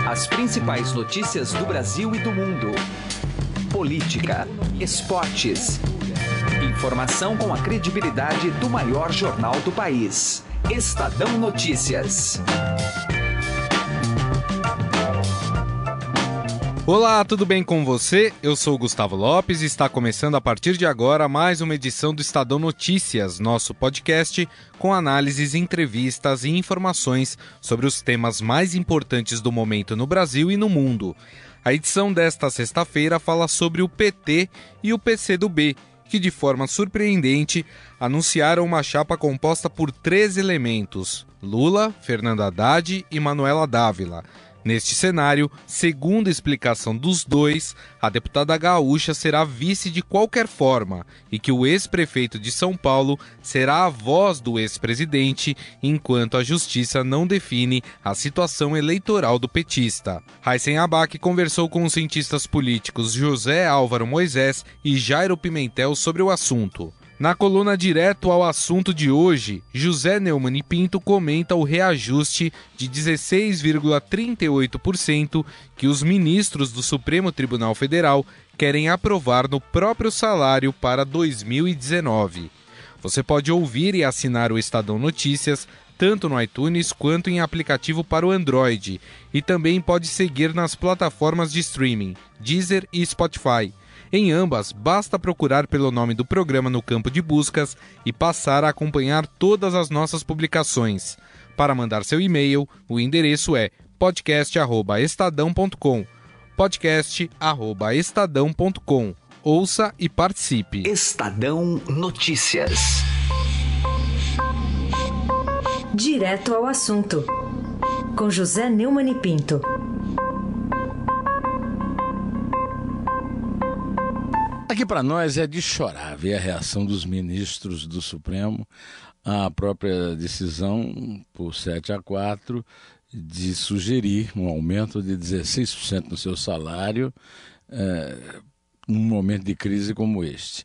As principais notícias do Brasil e do mundo. Política, esportes. Informação com a credibilidade do maior jornal do país. Estadão Notícias. Olá, tudo bem com você? Eu sou o Gustavo Lopes e está começando a partir de agora mais uma edição do Estadão Notícias, nosso podcast com análises, entrevistas e informações sobre os temas mais importantes do momento no Brasil e no mundo. A edição desta sexta-feira fala sobre o PT e o PCdoB, que de forma surpreendente anunciaram uma chapa composta por 3 elementos: Lula, Fernando Haddad e Manuela Dávila. Neste cenário, segundo a explicação dos dois, a deputada gaúcha será vice de qualquer forma e que o ex-prefeito de São Paulo será a voz do ex-presidente, enquanto a justiça não define a situação eleitoral do petista. Raíssen Abac conversou com os cientistas políticos José Álvaro Moisés e Jairo Pimentel sobre o assunto. Na coluna Direto ao Assunto de hoje, José Neumann e Pinto comenta o reajuste de 16,38% que os ministros do Supremo Tribunal Federal querem aprovar no próprio salário para 2019. Você pode ouvir e assinar o Estadão Notícias tanto no iTunes quanto em aplicativo para o Android, e também pode seguir nas plataformas de streaming, Deezer e Spotify. Em ambas, basta procurar pelo nome do programa no campo de buscas e passar a acompanhar todas as nossas publicações. Para mandar seu e-mail, o endereço é podcast@estadão.com. podcast@estadão.com. Ouça e participe. Estadão Notícias. Direto ao assunto, com José Neumann e Pinto. Aqui para nós é de chorar ver a reação dos ministros do Supremo à própria decisão por 7-4 de sugerir um aumento de 16% no seu salário num momento de crise como este.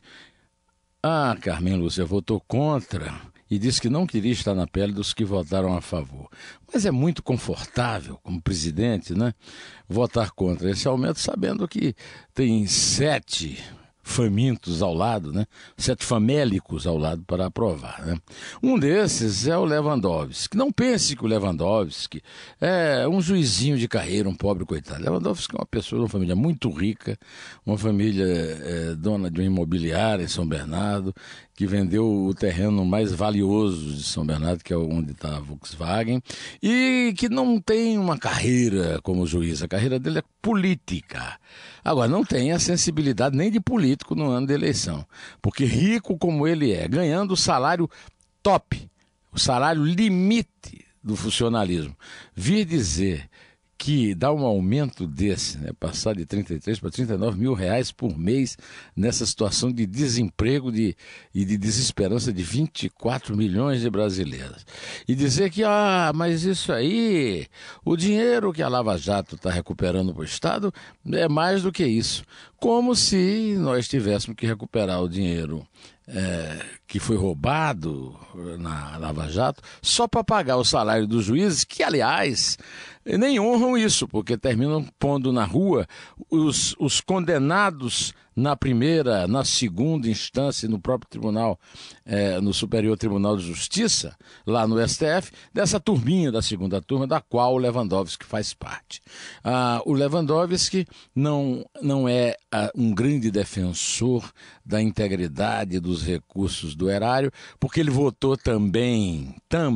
A Carmen Lúcia votou contra e disse que não queria estar na pele dos que votaram a favor. Mas é muito confortável, como presidente, né, votar contra esse aumento, sabendo que tem 7 famintos ao lado, né? 7 famélicos ao lado para aprovar, né? Um desses é o Lewandowski. Não pense que o Lewandowski é um juizinho de carreira, um pobre coitado. Lewandowski é uma pessoa de uma família muito rica, uma família dona de uma imobiliária em São Bernardo, que vendeu o terreno mais valioso de São Bernardo, que é onde está a Volkswagen, e que não tem uma carreira como juiz. A carreira dele é política. Agora, não tem a sensibilidade nem de político no ano de eleição, porque rico como ele é, ganhando o salário top, o salário limite do funcionalismo, vir dizer que dá um aumento desse, né, passar de 33 para 39 mil reais por mês nessa situação de desemprego e de desesperança de 24 milhões de brasileiros. E dizer que, mas isso aí, o dinheiro que a Lava Jato está recuperando para o Estado é mais do que isso. Como se nós tivéssemos que recuperar o dinheiro que foi roubado na Lava Jato só para pagar o salário dos juízes, que, aliás, nem honram isso, porque terminam pondo na rua os condenados na primeira, na segunda instância, no próprio tribunal, no Superior Tribunal de Justiça, lá no STF, dessa turminha da segunda turma, da qual o Lewandowski faz parte. O Lewandowski não é um grande defensor da integridade dos recursos do erário, porque ele votou também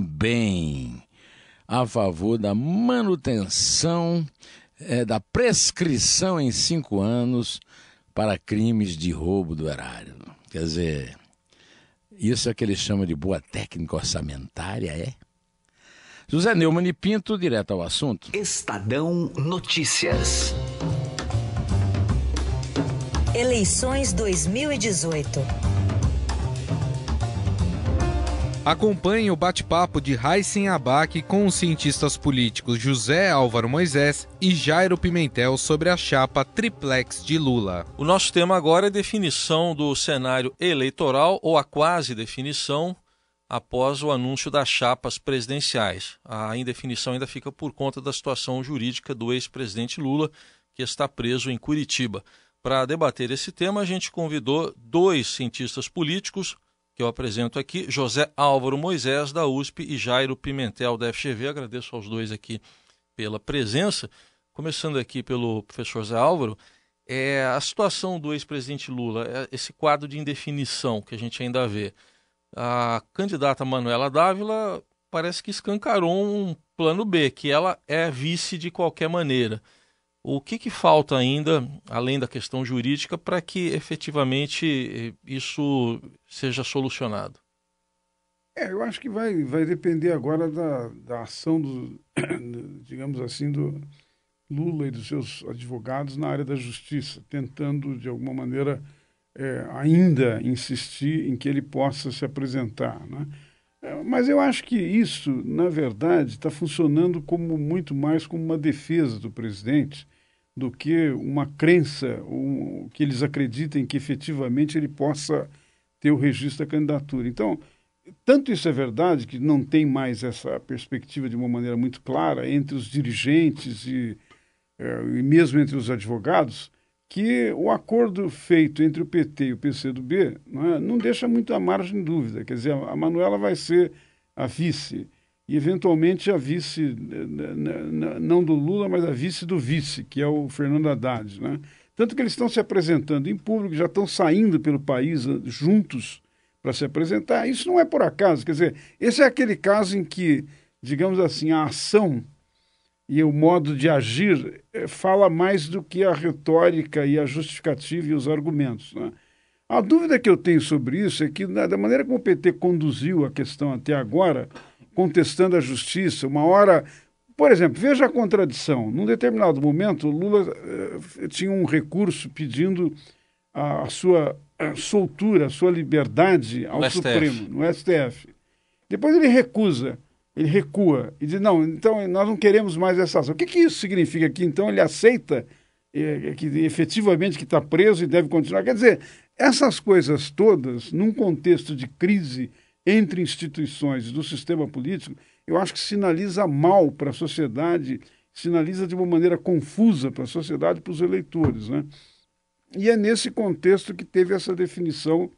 a favor da manutenção da prescrição em 5 anos para crimes de roubo do erário. Quer dizer, isso é que eles chamam de boa técnica orçamentária, é? José Neumann e Pinto, direto ao assunto. Estadão Notícias. Eleições 2018. Acompanhe o bate-papo de Raíssen Abac com os cientistas políticos José Álvaro Moisés e Jairo Pimentel sobre a chapa triplex de Lula. O nosso tema agora é definição do cenário eleitoral, ou a quase definição, após o anúncio das chapas presidenciais. A indefinição ainda fica por conta da situação jurídica do ex-presidente Lula, que está preso em Curitiba. Para debater esse tema, a gente convidou 2 cientistas políticos que eu apresento aqui, José Álvaro Moisés, da USP, e Jairo Pimentel, da FGV. Agradeço aos 2 aqui pela presença. Começando aqui pelo professor José Álvaro, a situação do ex-presidente Lula, esse quadro de indefinição que a gente ainda vê. A candidata Manuela Dávila parece que escancarou um plano B, que ela é vice de qualquer maneira. O que falta ainda, além da questão jurídica, para que efetivamente isso seja solucionado? Eu acho que vai depender agora da ação digamos assim, do Lula e dos seus advogados na área da justiça, tentando, de alguma maneira, ainda insistir em que ele possa se apresentar, né? Mas eu acho que isso, na verdade, está funcionando muito mais como uma defesa do presidente do que uma crença, que eles acreditem que efetivamente ele possa ter o registro da candidatura. Então, tanto isso é verdade, que não tem mais essa perspectiva de uma maneira muito clara entre os dirigentes e mesmo entre os advogados, que o acordo feito entre o PT e o PCdoB não deixa muito à margem de dúvida. Quer dizer, a Manuela vai ser a vice, e eventualmente a vice, não do Lula, mas a vice do vice, que é o Fernando Haddad, né? Tanto que eles estão se apresentando em público, já estão saindo pelo país juntos para se apresentar. Isso não é por acaso. Quer dizer, esse é aquele caso em que, digamos assim, a ação e o modo de agir fala mais do que a retórica e a justificativa e os argumentos, né? A dúvida que eu tenho sobre isso é que, da maneira como o PT conduziu a questão até agora, contestando a justiça, uma hora... Por exemplo, veja a contradição. Num determinado momento, o Lula tinha um recurso pedindo a sua soltura, a sua liberdade ao Supremo, no STF. Depois ele recua e diz, não, então nós não queremos mais essa ação. O que isso significa? Que então ele aceita que efetivamente que está preso e deve continuar? Quer dizer, essas coisas todas, num contexto de crise entre instituições do sistema político, eu acho que sinaliza mal para a sociedade, sinaliza de uma maneira confusa para a sociedade e para os eleitores, né? E é nesse contexto que teve essa definição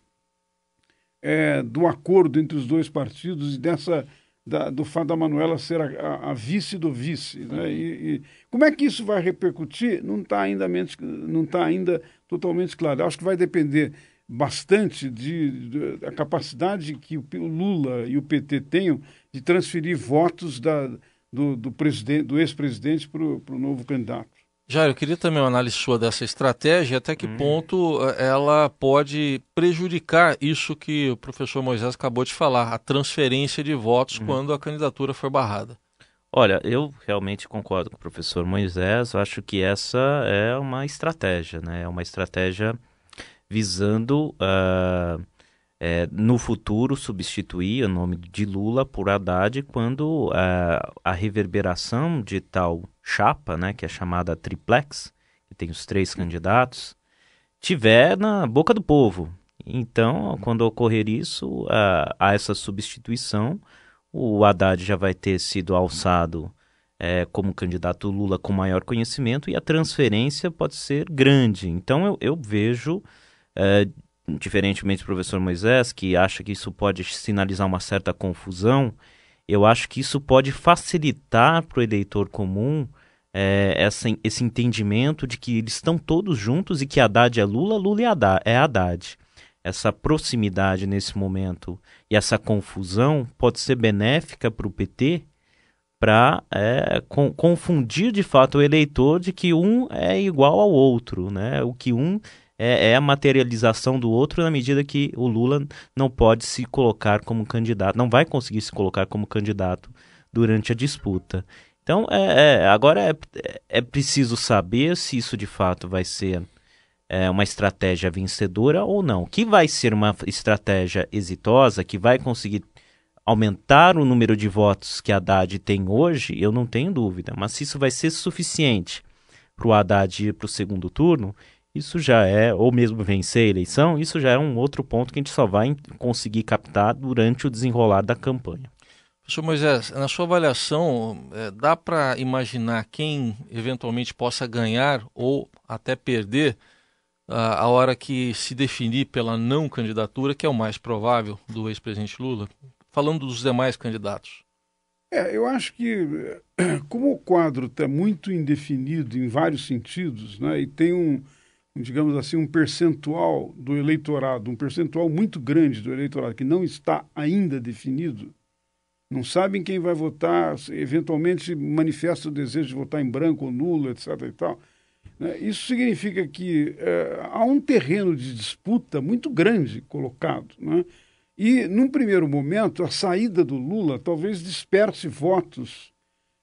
do acordo entre os 2 partidos e do fato da Manuela ser a vice do vice, né? E como é que isso vai repercutir? Não está ainda totalmente claro. Eu acho que vai depender bastante da capacidade que o Lula e o PT tenham de transferir votos do ex-presidente para o novo candidato. Jair, eu queria também uma análise sua dessa estratégia, até que ponto ela pode prejudicar isso que o professor Moisés acabou de falar, a transferência de votos quando a candidatura for barrada. Olha, eu realmente concordo com o professor Moisés, eu acho que essa é uma estratégia, né? É uma estratégia visando no futuro substituir o nome de Lula por Haddad quando a reverberação de tal chapa, né, que é chamada triplex, que tem os 3 candidatos, tiver na boca do povo. Então, quando ocorrer isso, a essa substituição, o Haddad já vai ter sido alçado como candidato Lula com maior conhecimento e a transferência pode ser grande. Então, eu vejo... diferentemente do professor Moisés, que acha que isso pode sinalizar uma certa confusão, eu acho que isso pode facilitar para o eleitor comum esse entendimento de que eles estão todos juntos e que Haddad é Lula, Lula é Haddad. Essa proximidade nesse momento e essa confusão pode ser benéfica para o PT para confundir de fato o eleitor de que um é igual ao outro, né? O que um é a materialização do outro na medida que o Lula não pode se colocar como candidato, não vai conseguir se colocar como candidato durante a disputa. Então, agora é preciso saber se isso de fato vai ser uma estratégia vencedora ou não. Que vai ser uma estratégia exitosa, que vai conseguir aumentar o número de votos que a Haddad tem hoje, eu não tenho dúvida. Mas se isso vai ser suficiente para o Haddad ir para o segundo turno, isso já é, ou mesmo vencer a eleição, isso já é um outro ponto que a gente só vai conseguir captar durante o desenrolar da campanha. Professor Moisés, na sua avaliação, dá para imaginar quem eventualmente possa ganhar ou até perder a hora que se definir pela não candidatura, que é o mais provável do ex-presidente Lula, falando dos demais candidatos? Eu acho que, como o quadro está muito indefinido em vários sentidos, né, e tem digamos assim, um percentual do eleitorado, um percentual muito grande do eleitorado que não está ainda definido, não sabem quem vai votar, eventualmente manifesta o desejo de votar em branco ou nulo, etc. e tal. Isso significa que há um terreno de disputa muito grande colocado, né? E, num primeiro momento, a saída do Lula talvez disperse votos.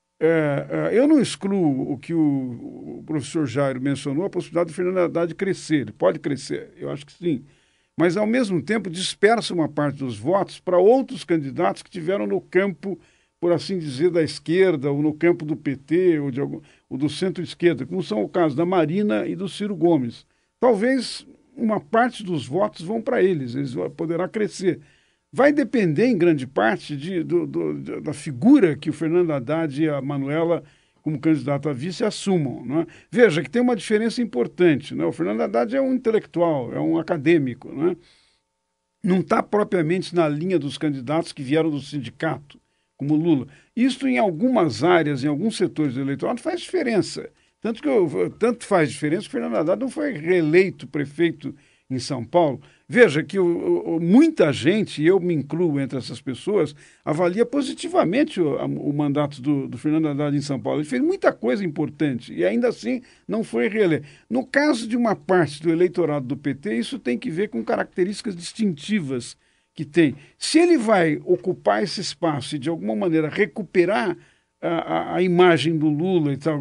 Eu não excluo o que o professor Jairo mencionou, a possibilidade do Fernando Haddad crescer. Ele pode crescer, eu acho que sim. Mas, ao mesmo tempo, dispersa uma parte dos votos para outros candidatos que tiveram no campo, por assim dizer, da esquerda, ou no campo do PT, ou do centro-esquerda, como são o caso da Marina e do Ciro Gomes. Talvez uma parte dos votos vão para eles poderá crescer. Vai depender, em grande parte, da figura que o Fernando Haddad e a Manuela, como candidato a vice, assumam. Né? Veja que tem uma diferença importante. Né? O Fernando Haddad é um intelectual, é um acadêmico. Né? Não está propriamente na linha dos candidatos que vieram do sindicato, como Lula. Isto, em algumas áreas, em alguns setores do eleitorado, faz diferença. Tanto faz diferença que o Fernando Haddad não foi reeleito prefeito em São Paulo. Veja que muita gente, e eu me incluo entre essas pessoas, avalia positivamente o mandato do Fernando Haddad em São Paulo. Ele fez muita coisa importante e ainda assim não foi reeleito. No caso de uma parte do eleitorado do PT, isso tem que ver com características distintivas que tem. Se ele vai ocupar esse espaço e de alguma maneira recuperar a imagem do Lula e tal,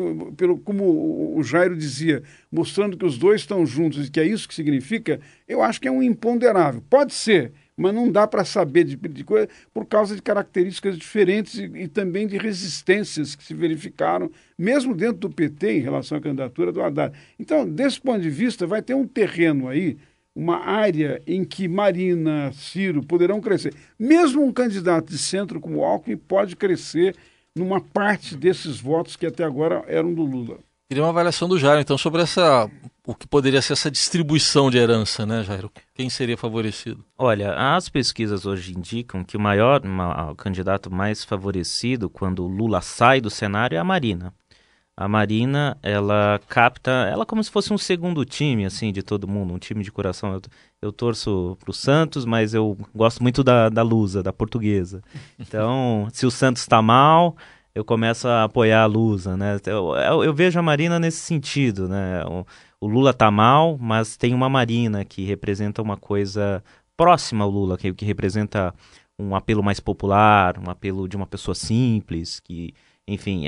como o Jairo dizia, mostrando que os dois estão juntos e que é isso que significa, eu acho que é um imponderável. Pode ser, mas não dá para saber de coisa por causa de características diferentes e também de resistências que se verificaram, mesmo dentro do PT, em relação à candidatura do Haddad. Então, desse ponto de vista, vai ter um terreno aí, uma área em que Marina, Ciro poderão crescer. Mesmo um candidato de centro como o Alckmin pode crescer numa parte desses votos que até agora eram do Lula. Queria uma avaliação do Jairo, então, sobre o que poderia ser essa distribuição de herança, né, Jairo? Quem seria favorecido? Olha, as pesquisas hoje indicam que o candidato mais favorecido quando o Lula sai do cenário é a Marina. A Marina, ela capta, ela como se fosse um segundo time, assim, de todo mundo, um time de coração. Eu torço pro Santos, mas eu gosto muito da Lusa, da Portuguesa. Então, se o Santos tá mal, eu começo a apoiar a Lusa, né? Eu vejo a Marina nesse sentido, né? O Lula tá mal, mas tem uma Marina que representa uma coisa próxima ao Lula, que representa um apelo mais popular, um apelo de uma pessoa simples, que... Enfim,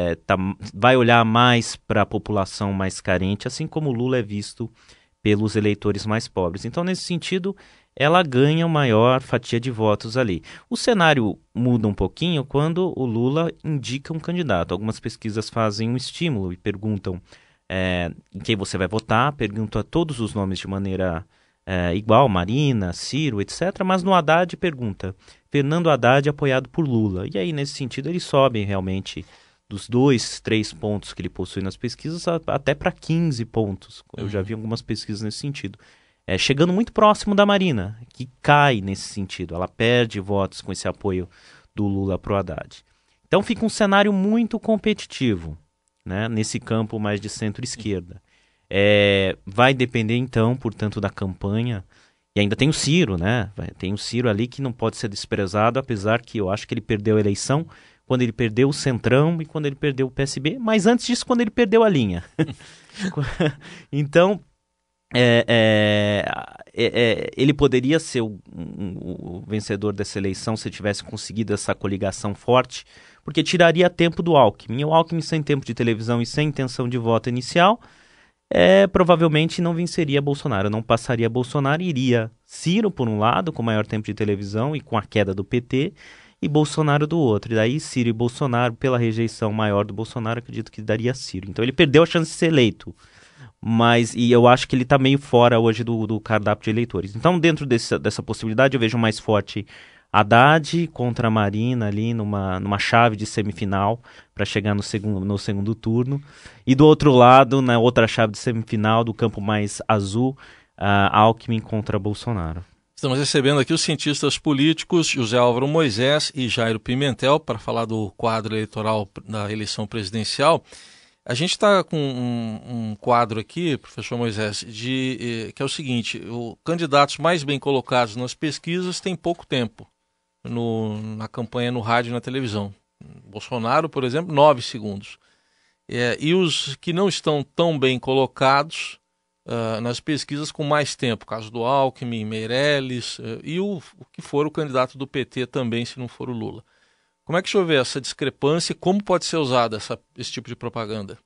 vai olhar mais para a população mais carente, assim como o Lula é visto pelos eleitores mais pobres. Então, nesse sentido, ela ganha uma maior fatia de votos ali. O cenário muda um pouquinho quando o Lula indica um candidato. Algumas pesquisas fazem um estímulo e perguntam em quem você vai votar, perguntam a todos os nomes de maneira igual, Marina, Ciro, etc. Mas no Haddad pergunta Fernando Haddad apoiado por Lula. E aí, nesse sentido, eles sobem realmente dos 2, 3 pontos que ele possui nas pesquisas até para 15 pontos. Eu já vi algumas pesquisas nesse sentido. Chegando muito próximo da Marina, que cai nesse sentido. Ela perde votos com esse apoio do Lula para o Haddad. Então fica um cenário muito competitivo, né, nesse campo mais de centro-esquerda. Vai depender, então, portanto, da campanha. E ainda tem o Ciro, né? Tem o Ciro ali que não pode ser desprezado, apesar que eu acho que ele perdeu a eleição quando ele perdeu o Centrão e quando ele perdeu o PSB, mas antes disso, quando ele perdeu a linha. Então, ele poderia ser o vencedor dessa eleição se tivesse conseguido essa coligação forte, porque tiraria tempo do Alckmin. E o Alckmin, sem tempo de televisão e sem intenção de voto inicial, provavelmente não venceria Bolsonaro, não passaria Bolsonaro, iria Ciro por um lado, com maior tempo de televisão e com a queda do PT, e Bolsonaro do outro. E daí Ciro e Bolsonaro, pela rejeição maior do Bolsonaro, acredito que daria Ciro. Então ele perdeu a chance de ser eleito, e eu acho que ele está meio fora hoje do cardápio de eleitores. Então, dentro dessa possibilidade, eu vejo mais forte Haddad contra a Marina ali numa chave de semifinal para chegar no segundo turno. E do outro lado, na outra chave de semifinal, do campo mais azul, Alckmin contra Bolsonaro. Estamos recebendo aqui os cientistas políticos José Álvaro Moisés e Jairo Pimentel para falar do quadro eleitoral da eleição presidencial. A gente está com um quadro aqui, professor Moisés, que é o seguinte: os candidatos mais bem colocados nas pesquisas têm pouco tempo na campanha no rádio e na televisão. Bolsonaro, por exemplo, 9 segundos. E os que não estão tão bem colocados nas pesquisas com mais tempo, caso do Alckmin, Meirelles, e o que for o candidato do PT também, se não for o Lula. Como é que o senhor vê essa discrepância e como pode ser usada esse tipo de propaganda?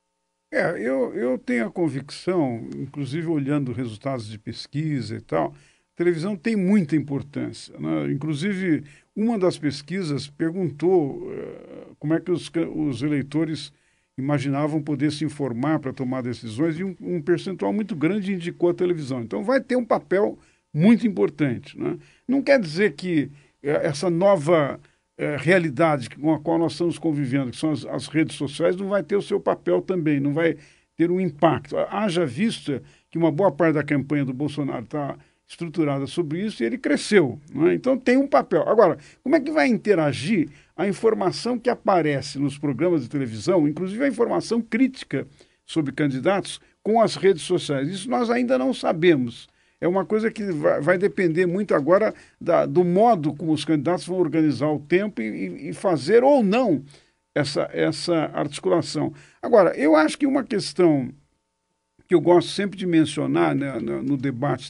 Eu tenho a convicção, inclusive olhando resultados de pesquisa e tal, a televisão tem muita importância, né? Inclusive, uma das pesquisas perguntou como é que os eleitores imaginavam poder se informar para tomar decisões, e um percentual muito grande indicou a televisão. Então vai ter um papel muito importante, né? Não quer dizer que essa nova realidade com a qual nós estamos convivendo, que são as redes sociais, não vai ter o seu papel também, não vai ter um impacto. Haja vista que uma boa parte da campanha do Bolsonaro está estruturada sobre isso e ele cresceu, né? Então tem um papel. Agora, como é que vai interagir a informação que aparece nos programas de televisão, inclusive a informação crítica sobre candidatos, com as redes sociais? Isso nós ainda não sabemos. É uma coisa que vai depender muito agora do modo como os candidatos vão organizar o tempo e fazer ou não essa articulação. Agora, eu acho que uma questão que eu gosto sempre de mencionar, né, no debate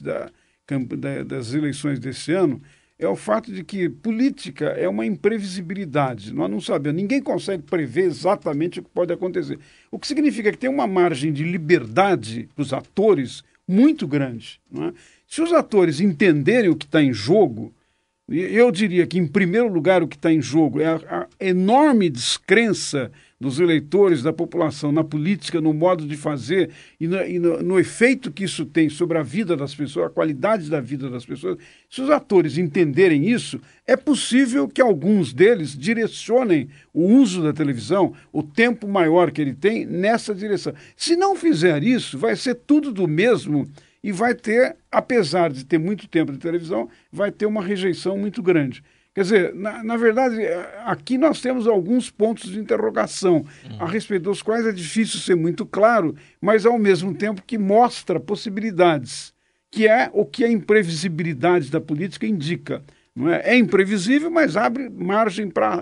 das eleições desse ano, é o fato de que política é uma imprevisibilidade. Nós não sabemos, ninguém consegue prever exatamente o que pode acontecer. O que significa que tem uma margem de liberdade para os atores muito grande, não é? Se os atores entenderem o que está em jogo, eu diria que, em primeiro lugar, o que está em jogo é a enorme descrença dos eleitores, da população, na política, no modo de fazer e no efeito que isso tem sobre a vida das pessoas, a qualidade da vida das pessoas. Se os atores entenderem isso, é possível que alguns deles direcionem o uso da televisão, o tempo maior que ele tem, nessa direção. Se não fizer isso, vai ser tudo do mesmo e vai ter, apesar de ter muito tempo de televisão, vai ter uma rejeição muito grande. Quer dizer, na verdade, aqui nós temos alguns pontos de interrogação, a respeito dos quais é difícil ser muito claro, mas ao mesmo tempo que mostra possibilidades, que é o que a imprevisibilidade da política indica. Não é? É imprevisível, mas abre margem para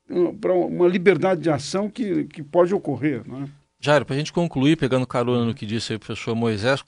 uma liberdade de ação que pode ocorrer. Não é? Jairo, para a gente concluir, pegando carona no que disse aí o professor Moisés,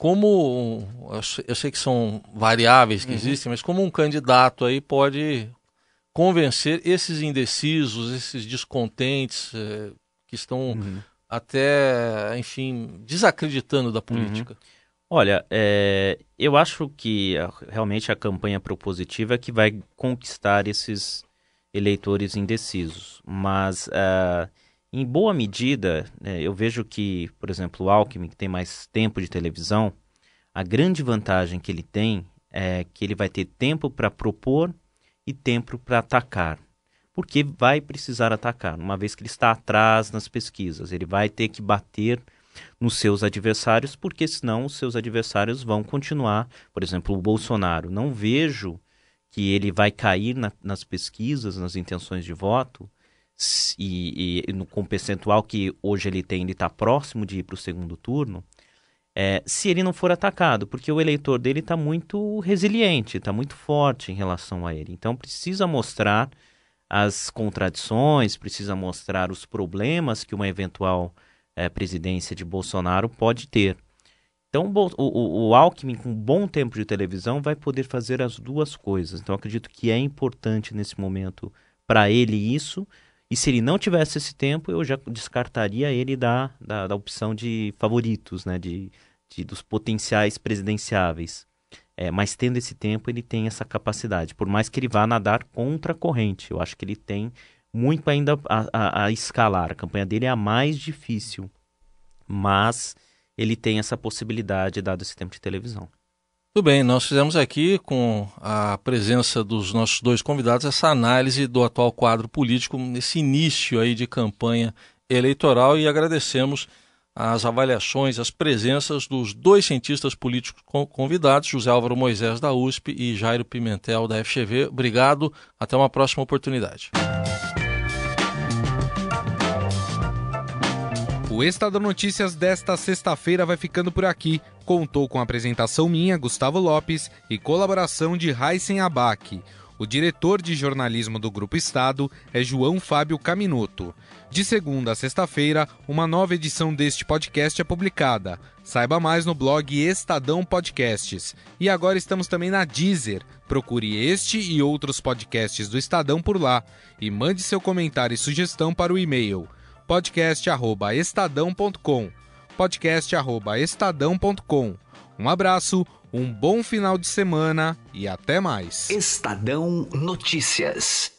eu sei que são variáveis que existem, mas como um candidato aí pode convencer esses indecisos, esses descontentes que estão até, enfim, desacreditando da política? Olha, eu acho que realmente a campanha propositiva é que vai conquistar esses eleitores indecisos, mas em boa medida, eu vejo que, por exemplo, o Alckmin, que tem mais tempo de televisão, a grande vantagem que ele tem é que ele vai ter tempo para propor e tempo para atacar, porque vai precisar atacar, uma vez que ele está atrás nas pesquisas, ele vai ter que bater nos seus adversários, porque senão os seus adversários vão continuar. Por exemplo, o Bolsonaro, não vejo que ele vai cair nas pesquisas, nas intenções de voto, com o percentual que hoje ele tem, ele está próximo de ir para o segundo turno, se ele não for atacado, porque o eleitor dele está muito resiliente, está muito forte em relação a ele. Então precisa mostrar as contradições, precisa mostrar os problemas que uma eventual presidência de Bolsonaro pode ter. Então o Alckmin, com bom tempo de televisão, vai poder fazer as duas coisas. Então acredito que é importante nesse momento para ele isso, e se ele não tivesse esse tempo, eu já descartaria ele da opção de favoritos, né, dos potenciais presidenciáveis. Mas tendo esse tempo, ele tem essa capacidade, por mais que ele vá nadar contra a corrente. Eu acho que ele tem muito ainda a escalar. A campanha dele é a mais difícil, mas ele tem essa possibilidade dado esse tempo de televisão. Tudo bem, nós fizemos aqui, com a presença dos nossos dois convidados, essa análise do atual quadro político nesse início aí de campanha eleitoral, e agradecemos as avaliações, as presenças dos dois cientistas políticos convidados, José Álvaro Moisés da USP e Jairo Pimentel da FGV. Obrigado, até uma próxima oportunidade. O Estadão Notícias desta sexta-feira vai ficando por aqui. Contou com a apresentação minha, Gustavo Lopes, e colaboração de Raíssen Abac. O diretor de jornalismo do Grupo Estado é João Fábio Caminoto. De segunda a sexta-feira, uma nova edição deste podcast é publicada. Saiba mais no blog Estadão Podcasts. E agora estamos também na Deezer. Procure este e outros podcasts do Estadão por lá. E mande seu comentário e sugestão para o e-mail podcast@estadão.com. podcast@estadão.com. Um abraço, um bom final de semana e até mais. Estadão Notícias.